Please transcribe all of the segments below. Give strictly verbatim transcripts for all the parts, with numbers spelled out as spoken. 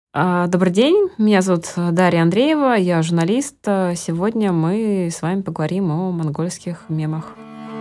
А, Добрый день, меня зовут Дарья Андреева, я журналист. А, Сегодня мы с вами поговорим о монгольских мемах.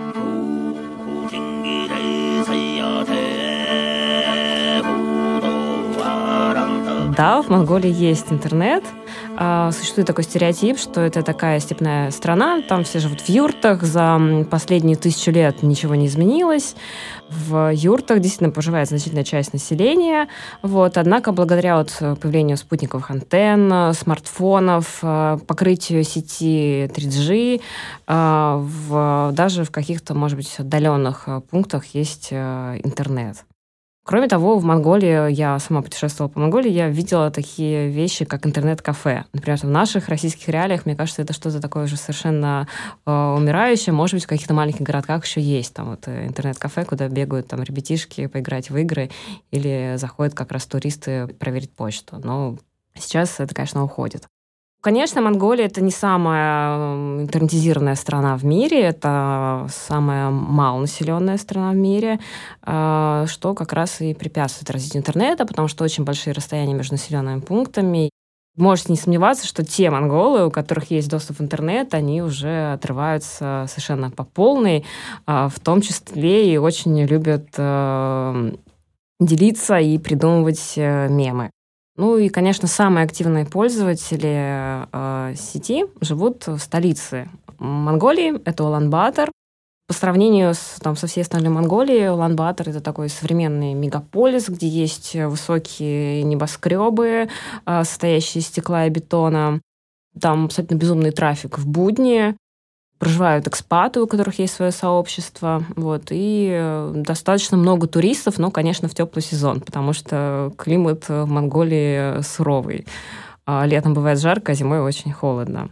Да, в Монголии есть интернет. А, Существует такой стереотип, что это такая степная страна, там все живут в юртах, за м, последние тысячу лет ничего не изменилось. В юртах действительно проживает значительная часть населения. Вот. Однако благодаря вот появлению спутниковых антенн, э, смартфонов, э, покрытию сети три джи, э, в- даже в каких-то, может быть, отдаленных э, пунктах есть э, интернет. Кроме того, в Монголии, я сама путешествовала по Монголии, я видела такие вещи, как интернет-кафе. Например, в наших российских реалиях, мне кажется, это что-то такое уже совершенно э, умирающее. Может быть, в каких-то маленьких городках еще есть там вот э, интернет-кафе, куда бегают там ребятишки поиграть в игры или заходят как раз туристы проверить почту. Но сейчас это, конечно, уходит. Конечно, Монголия — это не самая м, интернетизированная страна в мире, это самая малонаселенная страна в мире, а, что как раз и препятствует развитию интернета, потому что очень большие расстояния между населенными пунктами. Можете не сомневаться, что те монголы, у которых есть доступ в интернет, они уже отрываются совершенно по полной, а, в том числе и очень любят э, делиться и придумывать э, мемы. Ну и, конечно, самые активные пользователи э, сети живут в столице Монголии, это Улан-Батор. По сравнению с, там, со всей остальной Монголией, Улан-Батор — это такой современный мегаполис, где есть высокие небоскребы, э, состоящие из стекла и бетона. Там абсолютно безумный трафик в будни. Проживают экспаты, у которых есть свое сообщество. Вот, и э, достаточно много туристов, но, конечно, в теплый сезон, потому что климат в Монголии суровый. А летом бывает жарко, а зимой очень холодно.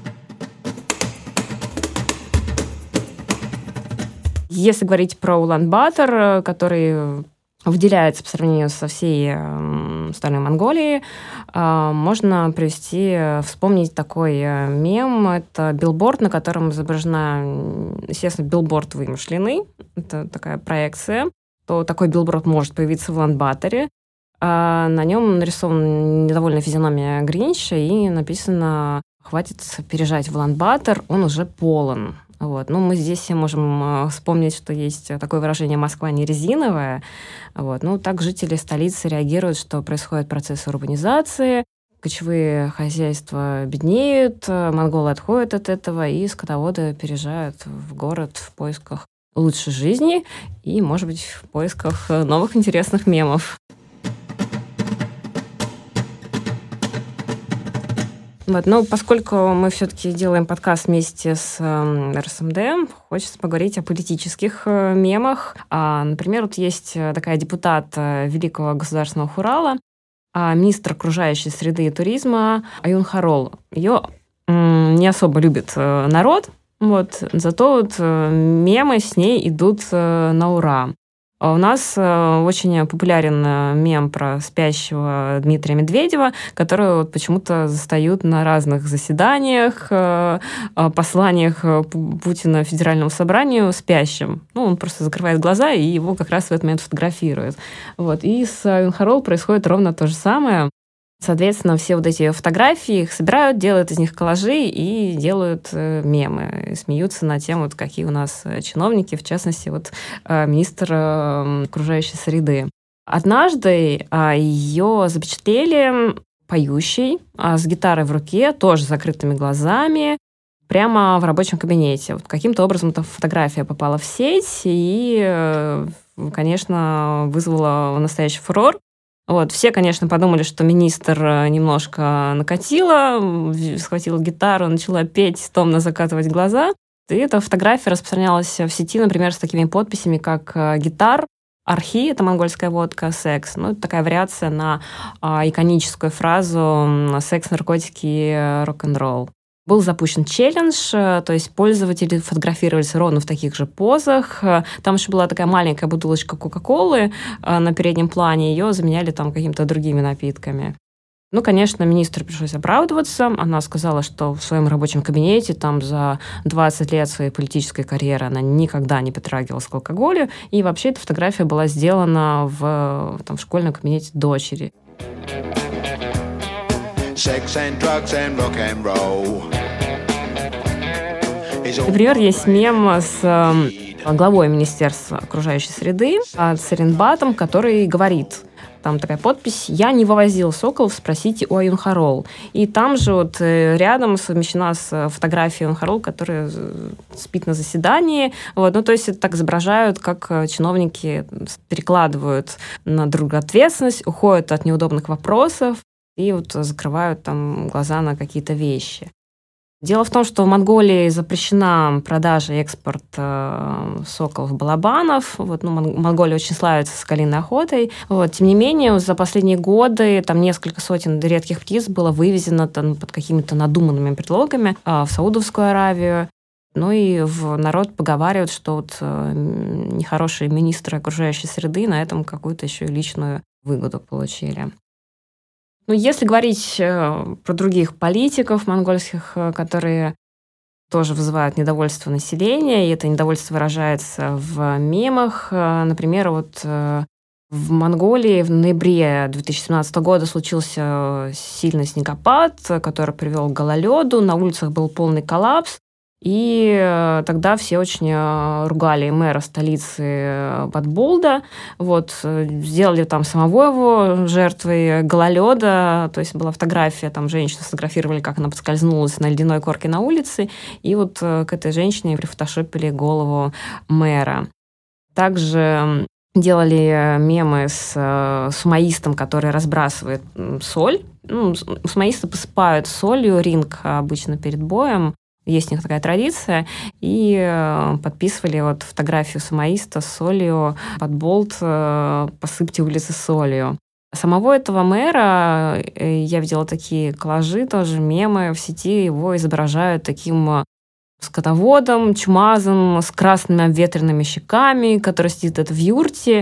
Если говорить про Улан-Батор, э, который выделяется по сравнению со всей э, остальной Монголией, э, можно привести, э, вспомнить такой э, мем. Это билборд, на котором изображена, м, естественно, билборд вымышленный. Это такая проекция. То такой билборд может появиться в Улан-Баторе. А на нем нарисована недовольная физиономия Гринча и написано: «Хватит переезжать в Улан-Батор, он уже полон». Вот. Ну, мы здесь все можем э, вспомнить, что есть такое выражение «Москва не резиновая». Вот. Ну, так жители столицы реагируют, что происходит процесс урбанизации, кочевые хозяйства беднеют, э, монголы отходят от этого, и скотоводы переезжают в город в поисках лучшей жизни и, может быть, в поисках э, новых интересных мемов. Вот, но поскольку мы все-таки делаем подкаст вместе с э, эр эс эм дэ, хочется поговорить о политических э, мемах. А, например, вот есть э, такая депутат э, Великого государственного Хурала, а, министр окружающей среды и туризма Аюн Харол. Ее м, не особо любит э, народ, вот, зато вот, э, мемы с ней идут э, на ура. А у нас э, очень популярен э, мем про спящего Дмитрия Медведева, который вот почему-то застают на разных заседаниях, э, э, посланиях э, Пу- Путина Федеральному собранию спящим. Ну, он просто закрывает глаза, и его как раз в этот момент фотографируют. Вот. И с Аюн Харол происходит ровно то же самое. Соответственно, все вот эти фотографии их собирают, делают из них коллажи и делают э, мемы. И смеются на тему, вот, какие у нас э, чиновники, в частности, вот э, министр э, окружающей среды. Однажды э, ее запечатлели поющей, э, с гитарой в руке, тоже с закрытыми глазами, прямо в рабочем кабинете. Вот каким-то образом эта фотография попала в сеть и, э, конечно, вызвала настоящий фурор. Вот. Все, конечно, подумали, что министр немножко накатила, в- схватила гитару, начала петь, томно закатывать глаза. И эта фотография распространялась в сети, например, с такими подписями, как э, «Гитар», «Архи» — это монгольская водка, «Секс». Ну, это такая вариация на а, иконическую фразу м, «Секс, наркотики и э, рок-н-ролл». Был запущен челлендж, э, то есть пользователи фотографировались ровно в таких же позах. Э, Там еще была такая маленькая бутылочка Кока-Колы э, на переднем плане, ее заменяли там какими-то другими напитками. Ну, конечно, министру пришлось оправдываться. Она сказала, что в своем рабочем кабинете там за двадцать лет своей политической карьеры она никогда не притрагивалась к алкоголю. И вообще эта фотография была сделана в, там, в школьном кабинете дочери. Sex and drugs and rock and roll. Например, есть мем с э, главой Министерства окружающей среды Царинбатом, который говорит, там такая подпись: «Я не вывозил соколов, спросите у Аюн Харол». И там же вот рядом совмещена с фотографией Аюн Харол, которая спит на заседании. Вот. Ну, то есть это так изображают, как чиновники перекладывают на друга ответственность, уходят от неудобных вопросов и вот закрывают там глаза на какие-то вещи. Дело в том, что в Монголии запрещена продажа и экспорт э, соколов-балабанов. Вот, ну, Монголия очень славится скалиной охотой. Вот, тем не менее, за последние годы там несколько сотен редких птиц было вывезено там, под какими-то надуманными предлогами э, в Саудовскую Аравию. Ну и в народ поговаривают, что вот э, нехорошие министры окружающей среды на этом какую-то еще и личную выгоду получили. Ну, если говорить э, про других политиков монгольских, э, которые тоже вызывают недовольство населения, и это недовольство выражается в мемах. Э, например, вот э, в Монголии в ноябре две тысячи семнадцатого года случился сильный снегопад, который привел к гололеду, на улицах был полный коллапс. И тогда все очень ругали мэра столицы Батболда. Вот, сделали там самого его жертвой гололеда. То есть была фотография, там женщину сфотографировали, как она подскользнулась на ледяной корке на улице. И вот к этой женщине прифотошопили голову мэра. Также делали мемы с сумоистом, который разбрасывает соль. Ну, сумоисты посыпают солью ринг обычно перед боем. Есть у них такая традиция. И подписывали вот фотографию сумоиста с солью под болт «Посыпьте улицы солью». Самого этого мэра, я видела такие коллажи, тоже мемы в сети, его изображают таким скотоводом, чумазом, с красными обветренными щеками, который сидит в юрте.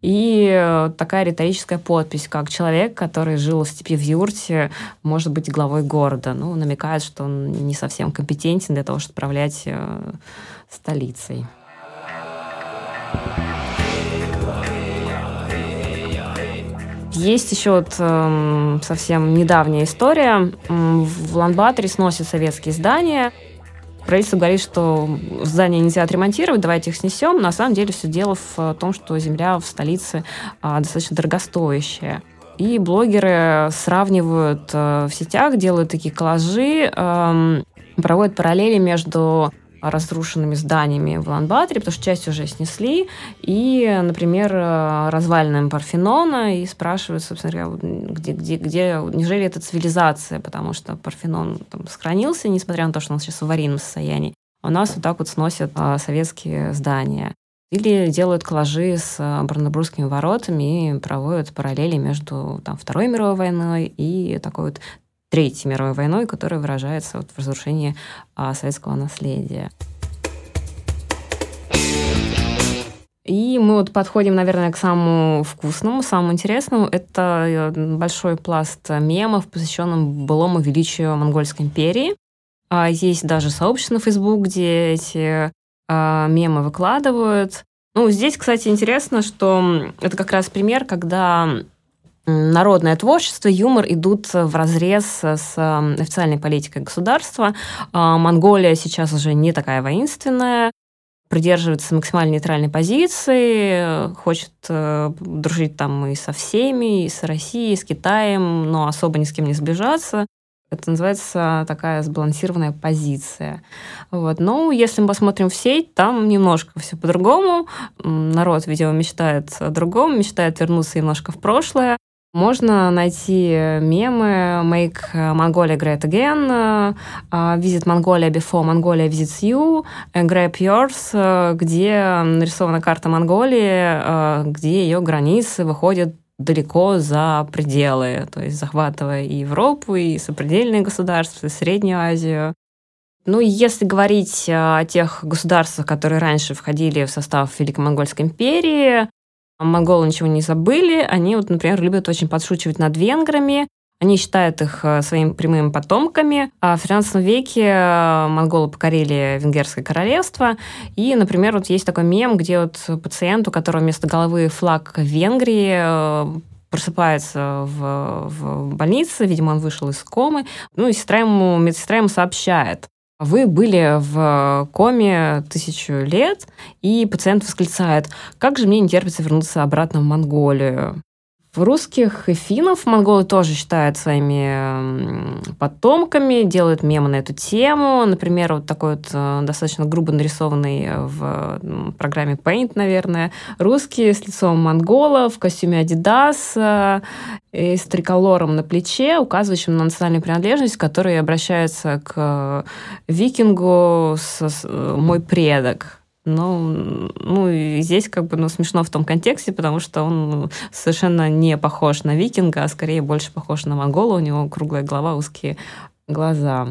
И такая риторическая подпись, как человек, который жил в степи в юрте, может быть главой города. Ну, намекает, что он не совсем компетентен для того, чтобы управлять э, столицей. Есть еще вот, э, совсем недавняя история. В Улан-Баторе сносят советские здания. Правительство говорит, что здания нельзя отремонтировать, давайте их снесем. На самом деле все дело в том, что земля в столице а, достаточно дорогостоящая. И блогеры сравнивают а, в сетях, делают такие коллажи, а, проводят параллели между разрушенными зданиями в Улан-Баторе, потому что часть уже снесли, и, например, развалинами Парфенона, и спрашивают, собственно говоря, где, где, где, неужели это цивилизация, потому что Парфенон там сохранился, несмотря на то, что он сейчас в аварийном состоянии. У нас вот так вот сносят а, советские здания. Или делают коллажи с Бранденбургскими воротами и проводят параллели между там, Второй мировой войной и такой вот Третьей мировой войной, которая выражается вот в разрушении а, советского наследия. И мы вот подходим, наверное, к самому вкусному, самому интересному. Это большой пласт мемов, посвященным былому величию Монгольской империи. А, есть даже сообщество на Facebook, где эти а, мемы выкладывают. Ну, здесь, кстати, интересно, что это как раз пример, когда народное творчество, юмор идут вразрез с официальной политикой государства. Монголия сейчас уже не такая воинственная, придерживается максимально нейтральной позиции, хочет дружить там и со всеми, и с Россией, и с Китаем, но особо ни с кем не сближаться. Это называется такая сбалансированная позиция. Вот. Но если мы посмотрим в сеть, там немножко все по-другому. Народ, видимо, мечтает о другом, мечтает вернуться немножко в прошлое. Можно найти мемы «Make Mongolia Great Again», «Visit Mongolia before Mongolia visits you», «Grab yours», где нарисована карта Монголии, где ее границы выходят далеко за пределы, то есть захватывая и Европу, и сопредельные государства, и Среднюю Азию. Ну, если говорить о тех государствах, которые раньше входили в состав Великой Монгольской империи, монголы ничего не забыли. Они, вот, например, любят очень подшучивать над венграми. Они считают их своими прямыми потомками. А в тринадцатом веке монголы покорили Венгерское королевство. И, например, вот есть такой мем, где вот пациент, у которого вместо головы флаг Венгрии, просыпается в, в больнице, видимо, он вышел из комы, ну и сестра ему, медсестра ему сообщает: вы были в коме тысячу лет, и пациент восклицает: как же мне не терпится вернуться обратно в Монголию. Русских и финнов монголы тоже считают своими потомками, делают мемы на эту тему. Например, вот такой вот достаточно грубо нарисованный в программе Paint, наверное, русский с лицом монгола в костюме Adidas и с триколором на плече, указывающим на национальную принадлежность, который обращается к викингу с, с «мой предок». Ну, ну, и здесь как бы ну, смешно в том контексте, потому что он совершенно не похож на викинга, а скорее больше похож на монгола. У него круглая голова, узкие глаза.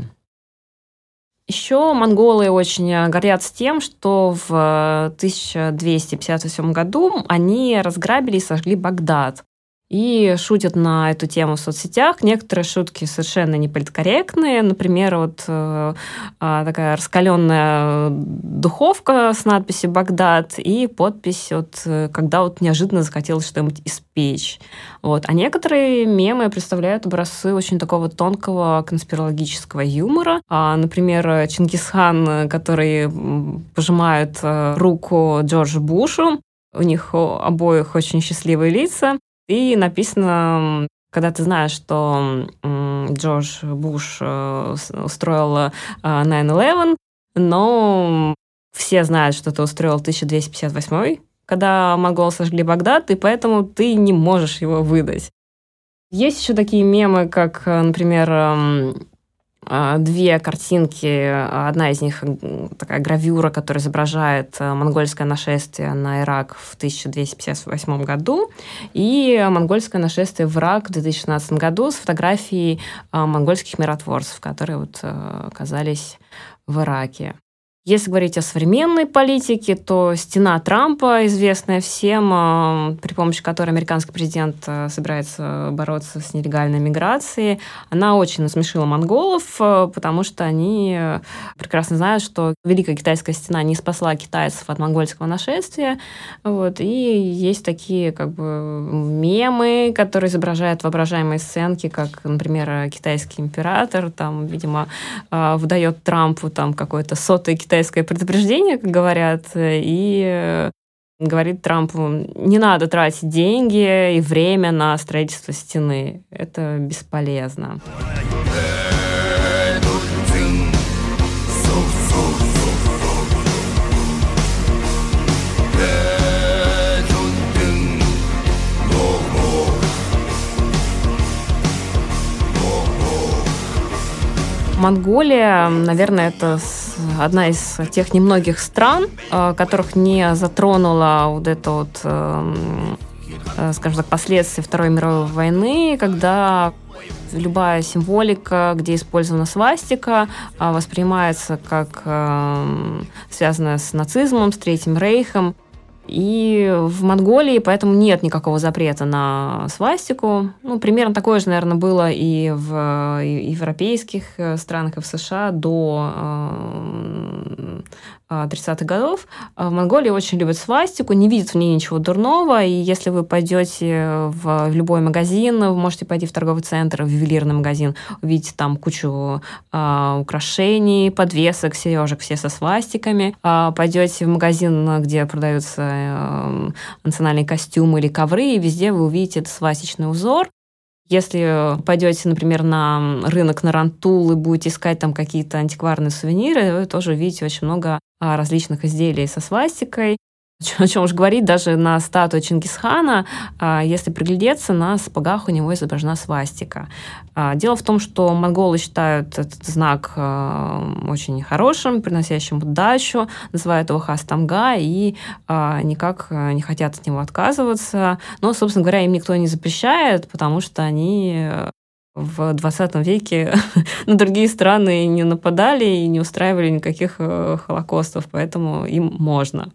Еще монголы очень гордятся тем, что в тысяча двести пятьдесят восьмом году они разграбили и сожгли Багдад. И шутят на эту тему в соцсетях. Некоторые шутки совершенно неполиткорректные. Например, вот э, такая раскаленная духовка с надписью «Багдад» и подпись, вот, когда вот неожиданно захотелось что-нибудь испечь. Вот. А некоторые мемы представляют образцы очень такого тонкого конспирологического юмора. А, например, Чингисхан, который пожимает руку Джорджу Бушу. У них у обоих очень счастливые лица. И написано, когда ты знаешь, что Джордж Буш устроил найн илевен, но все знают, что ты устроил тысяча двести пятьдесят восьмой, когда монголы сожгли Багдад, и поэтому ты не можешь его выдать. Есть еще такие мемы, как, например, две картинки. Одна из них такая гравюра, которая изображает монгольское нашествие на Ирак в тысяча двести пятьдесят восьмом году и монгольское нашествие в Ирак в две тысячи шестнадцатом году с фотографией монгольских миротворцев, которые вот оказались в Ираке. Если говорить о современной политике, то стена Трампа, известная всем, при помощи которой американский президент собирается бороться с нелегальной миграцией, она очень насмешила монголов, потому что они прекрасно знают, что Великая Китайская стена не спасла китайцев от монгольского нашествия. Вот. И есть такие как бы мемы, которые изображают воображаемые сценки, как, например, китайский император, там, видимо, выдает Трампу там какое-то сотое китайское китайское предупреждение, как говорят, и говорит Трампу: не надо тратить деньги и время на строительство стены. Это бесполезно. Монголия, наверное, это одна из тех немногих стран, которых не затронула вот это вот, скажем так, последствия Второй мировой войны, когда любая символика, где использована свастика, воспринимается как связанная с нацизмом, с Третьим Рейхом. И в Монголии поэтому нет никакого запрета на свастику. Ну, примерно такое же, наверное, было и в европейских странах, и в США до тридцатых годов. В Монголии очень любят свастику, не видят в ней ничего дурного, и если вы пойдете в любой магазин, вы можете пойти в торговый центр, в ювелирный магазин, увидите там кучу а, украшений, подвесок, сережек, все со свастиками. А, пойдете в магазин, где продаются а, национальные костюмы или ковры, и везде вы увидите этот свастичный узор. Если пойдете, например, на рынок Нарантул и будете искать там какие-то антикварные сувениры, вы тоже увидите очень много различных изделий со свастикой. О чем уж говорить, даже на статуе Чингисхана, если приглядеться, на сапогах у него изображена свастика. Дело в том, что монголы считают этот знак очень хорошим, приносящим удачу, называют его хастамга и никак не хотят от него отказываться. Но, собственно говоря, им никто не запрещает, потому что они в двадцатом веке на другие страны не нападали и не устраивали никаких холокостов, поэтому им можно.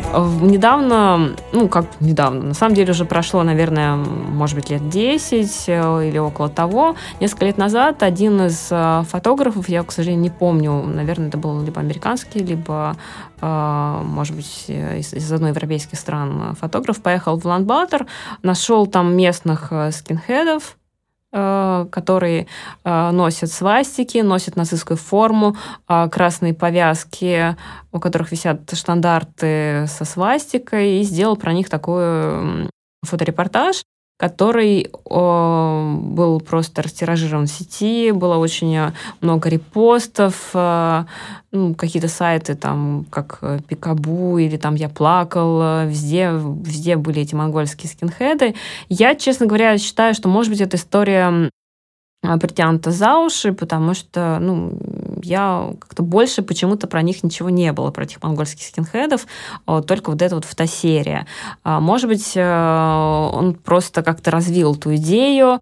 Недавно, ну, как недавно, на самом деле уже прошло, наверное, может быть, лет десять или около того. Несколько лет назад один из фотографов, я, к сожалению, не помню, наверное, это был либо американский, либо, может быть, из, из одной европейских стран фотограф, поехал в Улан-Батор, нашел там местных скинхедов, которые носят свастики, носят нацистскую форму, красные повязки, у которых висят штандарты со свастикой, и сделал про них такой фоторепортаж, который был просто растиражирован в сети, было очень много репостов, ну, какие-то сайты, там, как Пикабу или там Я плакал, везде, везде были эти монгольские скинхеды. Я, честно говоря, считаю, что, может быть, эта история притянута за уши, потому что, ну, я как-то больше почему-то про них ничего не было, про этих монгольских скинхедов, только вот эта вот фотосерия. Может быть, он просто как-то развил ту идею,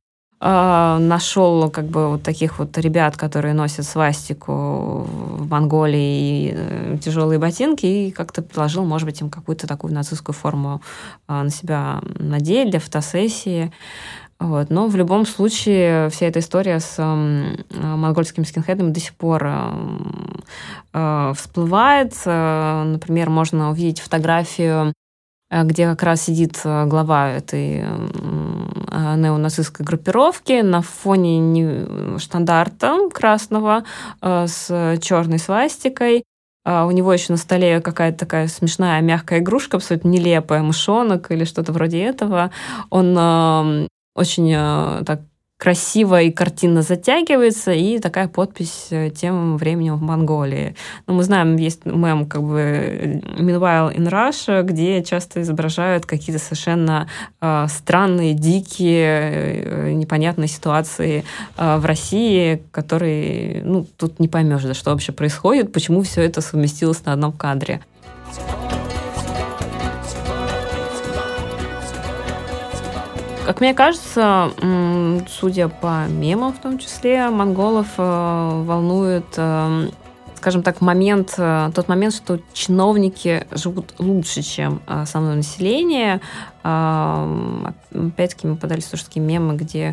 нашел как бы вот таких вот ребят, которые носят свастику в Монголии и тяжелые ботинки, и как-то предложил, может быть, им какую-то такую нацистскую форму на себя надеть для фотосессии. Вот. Но в любом случае вся эта история с э, монгольскими скинхедами до сих пор э, э, всплывает. Э, например, можно увидеть фотографию, э, где как раз сидит глава этой э, неонацистской группировки на фоне не, штандарта красного э, с черной свастикой. Uh, у него еще на столе какая-то такая смешная мягкая игрушка, абсолютно нелепая, мышонок или что-то вроде этого. Он uh, очень uh, так красиво и картинно затягивается, и такая подпись тем временем в Монголии. Ну, мы знаем, есть мем как бы «Meanwhile in Russia», где часто изображают какие-то совершенно э, странные, дикие, э, непонятные ситуации э, в России, которые, ну, тут не поймешь, да, что вообще происходит, почему все это совместилось на одном кадре. Как мне кажется, судя по мемам в том числе, монголов волнует, скажем так, момент, тот момент, что чиновники живут лучше, чем основное население. Опять-таки мы подались тоже такие мемы, где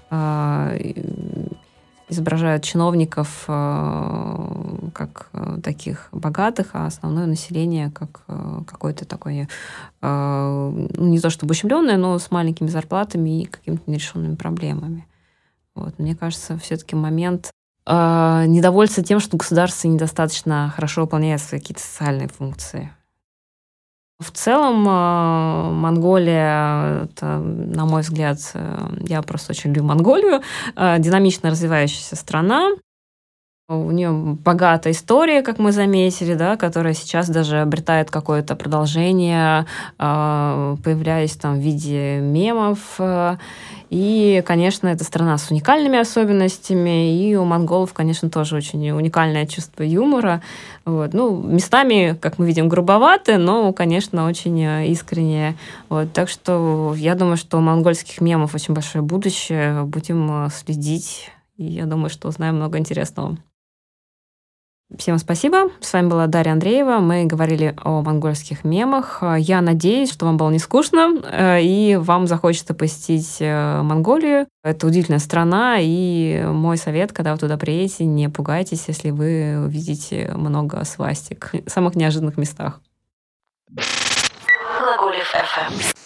изображают чиновников как таких богатых, а основное население как какое-то такое, ну, не то чтобы ущемленное, но с маленькими зарплатами и какими-то нерешенными проблемами. Вот. Мне кажется, все-таки момент недовольства тем, что государство недостаточно хорошо выполняет свои какие-то социальные функции. В целом, Монголия, это, на мой взгляд, я просто очень люблю Монголию, динамично развивающаяся страна. У нее богатая история, как мы заметили, да, которая сейчас даже обретает какое-то продолжение, появляясь там в виде мемов. И, конечно, это страна с уникальными особенностями, и у монголов, конечно, тоже очень уникальное чувство юмора. Вот. Ну, местами, как мы видим, грубоваты, но, конечно, очень искренние. Вот. Так что я думаю, что у монгольских мемов очень большое будущее. Будем следить, и я думаю, что узнаем много интересного. Всем спасибо. С вами была Дарья Андреева. Мы говорили о монгольских мемах. Я надеюсь, что вам было не скучно, и вам захочется посетить Монголию. Это удивительная страна, и мой совет, когда вы туда приедете, не пугайтесь, если вы увидите много свастик в самых неожиданных местах. Глаголев эф эм